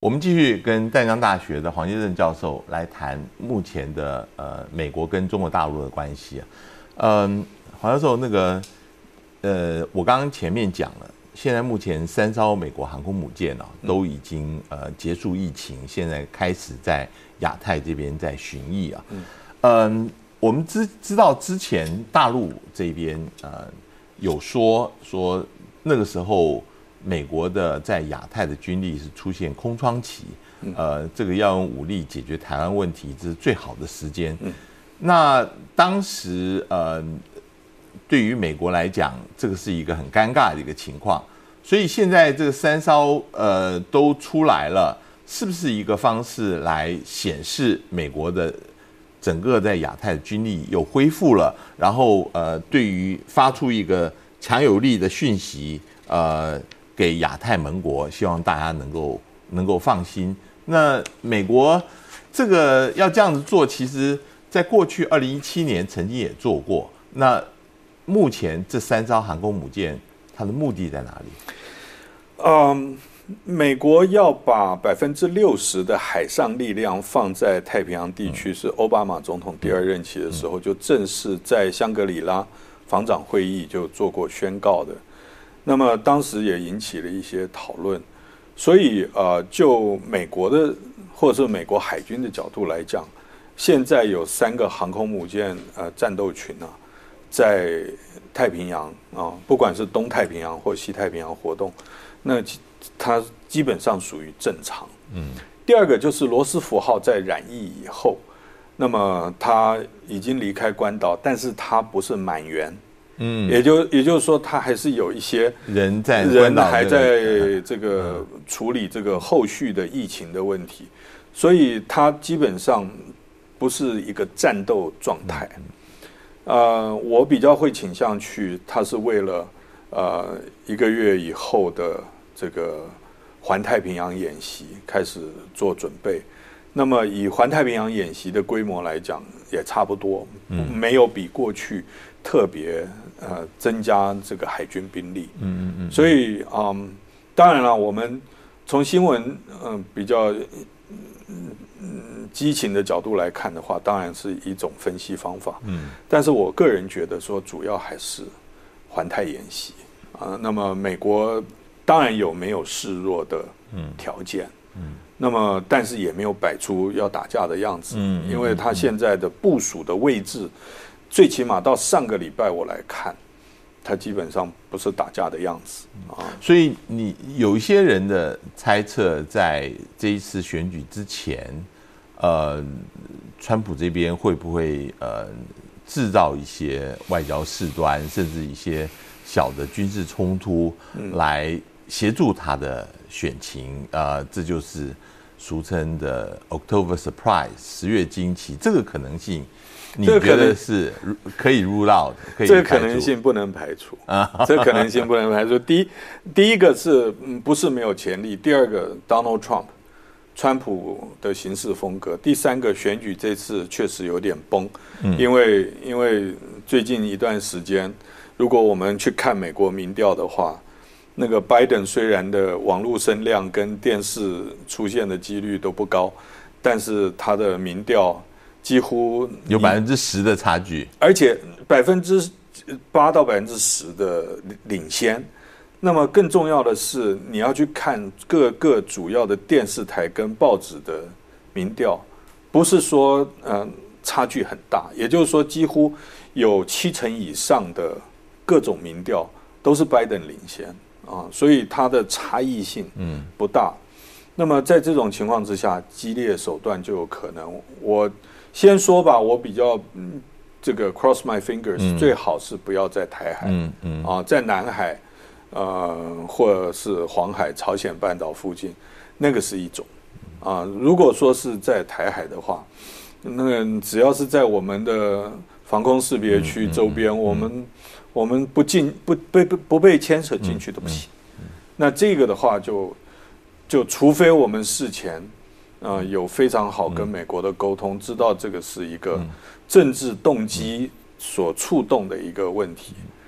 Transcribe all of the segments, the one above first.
我们继续跟淡江大学的黄介正教授来谈目前的美国跟中国大陆的关系啊。黄教授，我刚刚前面讲了，现在目前3艘美国航空母舰都已经结束疫情，现在开始在亚太这边在巡弋啊。我们知道之前大陆这边有说那个时候美国的在亚太的军力是出现空窗期，这个要用武力解决台湾问题，这是最好的时间。那当时对于美国来讲，这个是一个很尴尬的一个情况，所以现在这个3艘都出来了，是不是一个方式来显示美国的整个在亚太的军力又恢复了，然后对于发出一个强有力的讯息，给亚太盟国，希望大家能够放心。那美国这个要这样子做，其实在过去2017年曾经也做过。那目前这3艘航空母舰，它的目的在哪里？ 美国要把60%的海上力量放在太平洋地区，是奥巴马总统第2任期的时候就正式在香格里拉防长会议就做过宣告的。那么当时也引起了一些讨论，所以就美国的或者是美国海军的角度来讲，现在有3个航空母舰战斗群在太平洋不管是东太平洋或西太平洋活动，那它基本上属于正常。第二个就是罗斯福号在染疫以后，那么它已经离开关岛，但是它不是满员。也就是说，他还是有一些人还在这个处理这个后续的疫情的问题，所以他基本上不是一个战斗状态。我比较会倾向他是为了1个月以后的这个环太平洋演习开始做准备。那么以环太平洋演习的规模来讲，也差不多，没有比过去特别增加这个海军兵力。所以当然了，我们从新闻比较激情的角度来看的话，当然是一种分析方法。但是我个人觉得说，主要还是环太演习那么美国当然没有示弱的条件。那么但是也没有摆出要打架的样子。因为他现在的部署的位置，最起码到上个礼拜我来看，他基本上不是打架的样子所以你有一些人的猜测，在这一次选举之前，川普这边会不会制造一些外交事端，甚至一些小的军事冲突，来协助他的选情？这就是俗称的 October Surprise 10月惊奇，这个可能性，你觉得是可以 rule out 的？ 这个可能性不能排除这个可能性不能排除。第一个是不是没有潜力？第二个 Donald Trump 川普的行事风格。第三个，选举这次确实有点崩，因为最近一段时间，如果我们去看美国民调的话，那个拜登虽然的网络声量跟电视出现的几率都不高，但是他的民调几乎有10%的差距， 而且8%到10%的领先。那么更重要的是，你要去看各个主要的电视台跟报纸的民调，不是说差距很大，也就是说几乎有70%以上的各种民调都是拜登领先所以它的差异性不大。那么在这种情况之下，激烈手段就有可能。我先说吧，我比较这个 cross my fingers，最好是不要在台海在南海或者是黄海、朝鲜半岛附近，那个是一种如果说是在台海的话，那个只要是在我们的防空识别区周边，我们不被牵扯进去都不行。那这个的话就除非我们事前有非常好跟美国的沟通，知道这个是一个政治动机所触动的一个问题。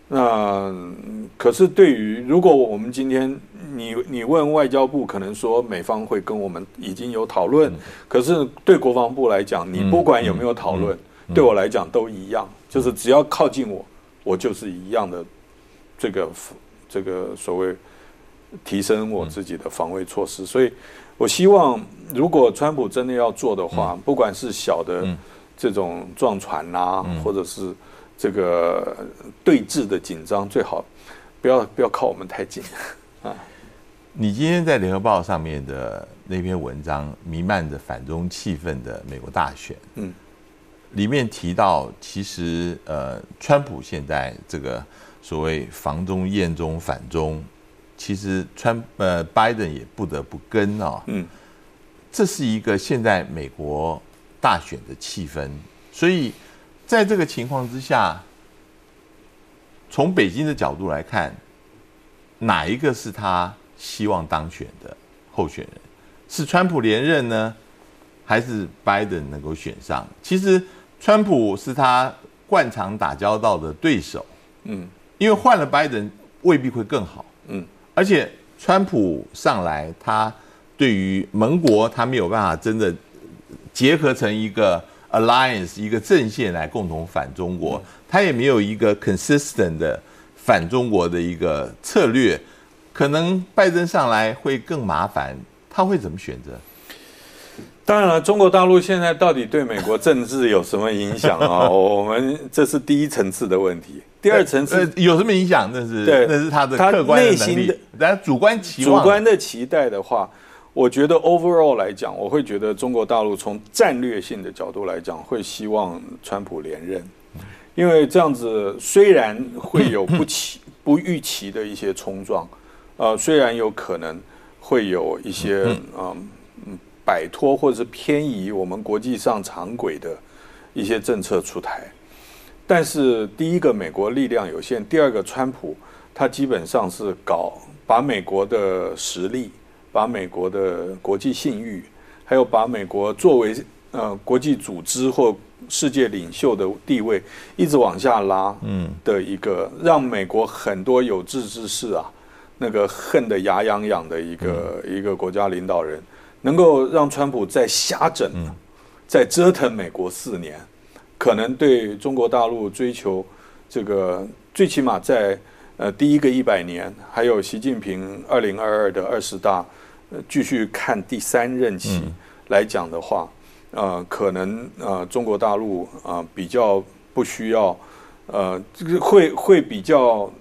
那可是对于如果我们今天你问外交部，可能说美方会跟我们已经有讨论，可是对国防部来讲，你不管有没有讨论，对我来讲都一样，就是只要靠近我就是一样的这个所谓提升我自己的防卫措施。所以我希望如果川普真的要做的话，不管是小的这种撞船啊，或者是这个对峙的紧张，最好不要靠我们太近啊。 你今天在联合报上面的那篇文章，弥漫着反中气氛的美国大选，里面提到，其实川普现在这个所谓防中厌中反中，其实拜登也不得不跟啊，这是一个现在美国大选的气氛，所以在这个情况之下，从北京的角度来看，哪一个是他希望当选的候选人？是川普连任呢，还是拜登能够选上？其实川普是他惯常打交道的对手，因为换了拜登未必会更好，而且川普上来，他对于盟国他没有办法真的结合成一个 alliance 一个阵线来共同反中国，他也没有一个 consistent 的反中国的一个策略，可能拜登上来会更麻烦，他会怎么选择？ 当然了，中国大陆现在到底对美国政治有什么影响啊？我们这是第一层次的问题。第二层次有什么影响？那是他的客观的能力，但主观期望、 主观的期待的话，我觉得 overall 来讲，我会觉得中国大陆从战略性的角度来讲，会希望川普连任，因为这样子虽然会有不预期的一些冲撞，虽然有可能会有一些摆脱或者是偏移我们国际上常轨的一些政策出台，但是第一个美国力量有限，第二个川普他基本上是把美国的实力，把美国的国际信誉，还有把美国作为国际组织或世界领袖的地位一直往下拉的一个，让美国很多有志之士啊，那个恨得牙痒痒的一个国家领导人，能够让川普再瞎整，再折腾美国4年，可能对中国大陆追求这个最起码在第一个100年，还有习近平2022的20大，继续看第3任期来讲的话，可能中国大陆比较不需要，会比较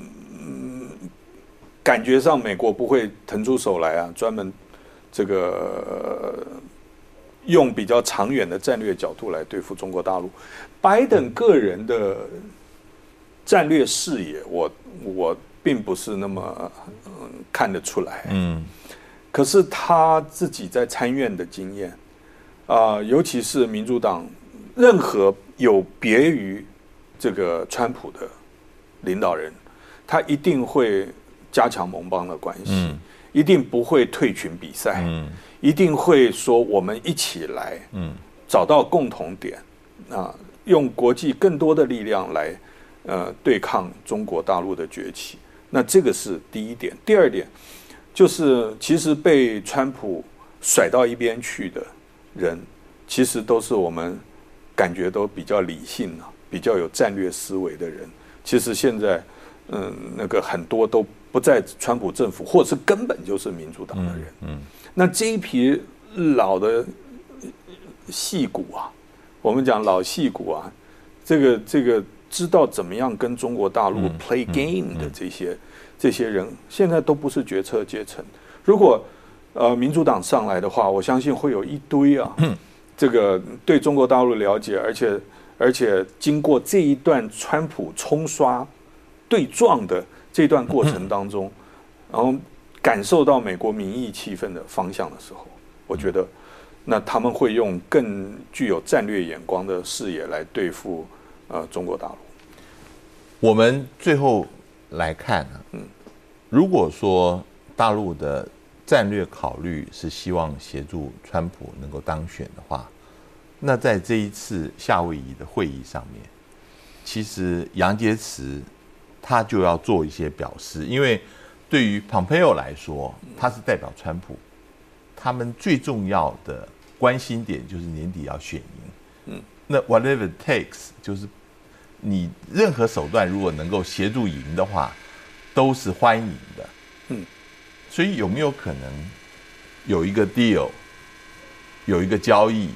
感觉上美国不会腾出手来啊，专门这个用比较长远的战略角度来对付中国大陆。拜登个人的战略视野，我并不是那么看得出来。可是他自己在参院的经验，尤其是民主党，任何有别于这个川普的领导人，他一定会加强盟邦的关系，一定不会退群比赛，一定会说我们一起来，找到共同点，用国际更多的力量来对抗中国大陆的崛起。那这个是第一点。第二点就是其实被川普甩到一边去的人，其实都是我们感觉都比较理性比较有战略思维的人。其实现在那个很多都不在川普政府，或者是根本就是民主党的人。那这一批老的戏骨我们讲老戏骨这个知道怎么样跟中国大陆 play game 的这些人，现在都不是决策阶层。如果民主党上来的话，我相信会有一堆这个对中国大陆了解，而且经过这一段川普冲刷对撞的这段过程当中，然后感受到美国民意气氛的方向的时候，我觉得那他们会用更具有战略眼光的视野来对付中国大陆。 我们最后来看如果说大陆的战略考虑是希望协助川普能够当选的话，那在这一次夏威夷的会议上面，其实杨洁篪他就要做一些表示，因为对于 Pompeo 来说，他是代表川普，他们最重要的关心点就是年底要选赢。那 whatever it takes 就是你任何手段如果能够协助赢的话，都是欢迎的。所以有没有可能有一个 deal， 有一个交易，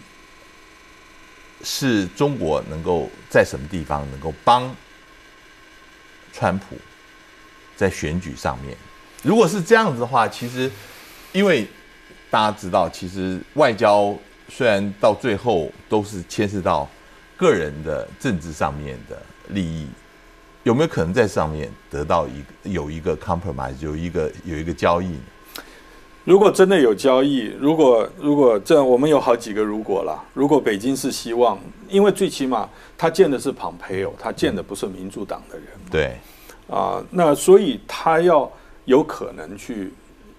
是中国能够在什么地方能够帮川普在选举上面？如果是这样子的话，其实因为大家知道，其实外交虽然到最后都是牵涉到个人的政治上面的利益，有没有可能在上面得到有一个 compromise， 有一个交易呢？ 如果真的有交易，如果这我们有好几个如果啦。如果北京是希望，因为最起码他见的是Pompeo，他见的不是民主党的人， 对那所以他要有可能去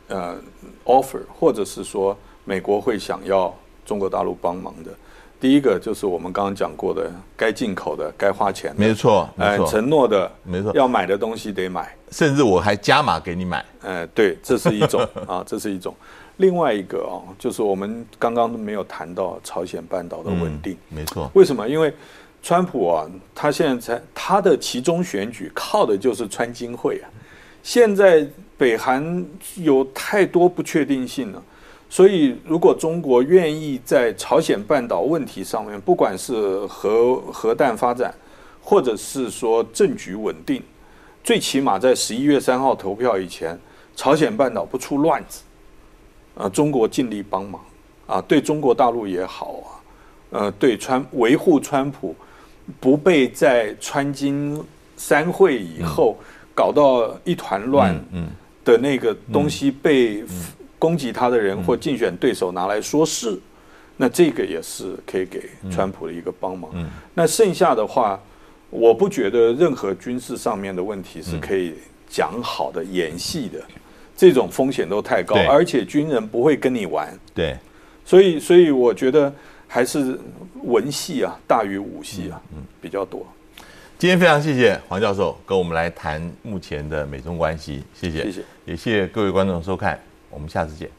offer， 或者是说美国会想要中国大陆帮忙的。第一个就是我们刚刚讲过的，该进口的、该花钱的， 没错， 承诺的， 没错， 要买的东西得买， 甚至我还加码给你买。 对，这是一种这是一种。另外一个就是我们刚刚都没有谈到朝鲜半岛的稳定， 没错。 为什么？因为川普他现在他的期中选举靠的就是川金会啊。现在北韩有太多不确定性了。所以，如果中国愿意在朝鲜半岛问题上面，不管是核弹发展，或者是说政局稳定，最起码在11月3号投票以前，朝鲜半岛不出乱子，中国尽力帮忙对中国大陆也好对维护川普不被在川金3会以后搞到一团乱的那个东西被攻击他的人或竞选对手拿来说事，那这个也是可以给川普的一个帮忙。那剩下的话，我不觉得任何军事上面的问题是可以讲好的、演戏的，这种风险都太高，而且军人不会跟你玩。 对， 所以我觉得还是文戏大于武戏比较多。 今天非常谢谢黄教授跟我们来谈目前的美中关系，谢谢， 谢谢， 也谢谢各位观众的收看。我们下次见。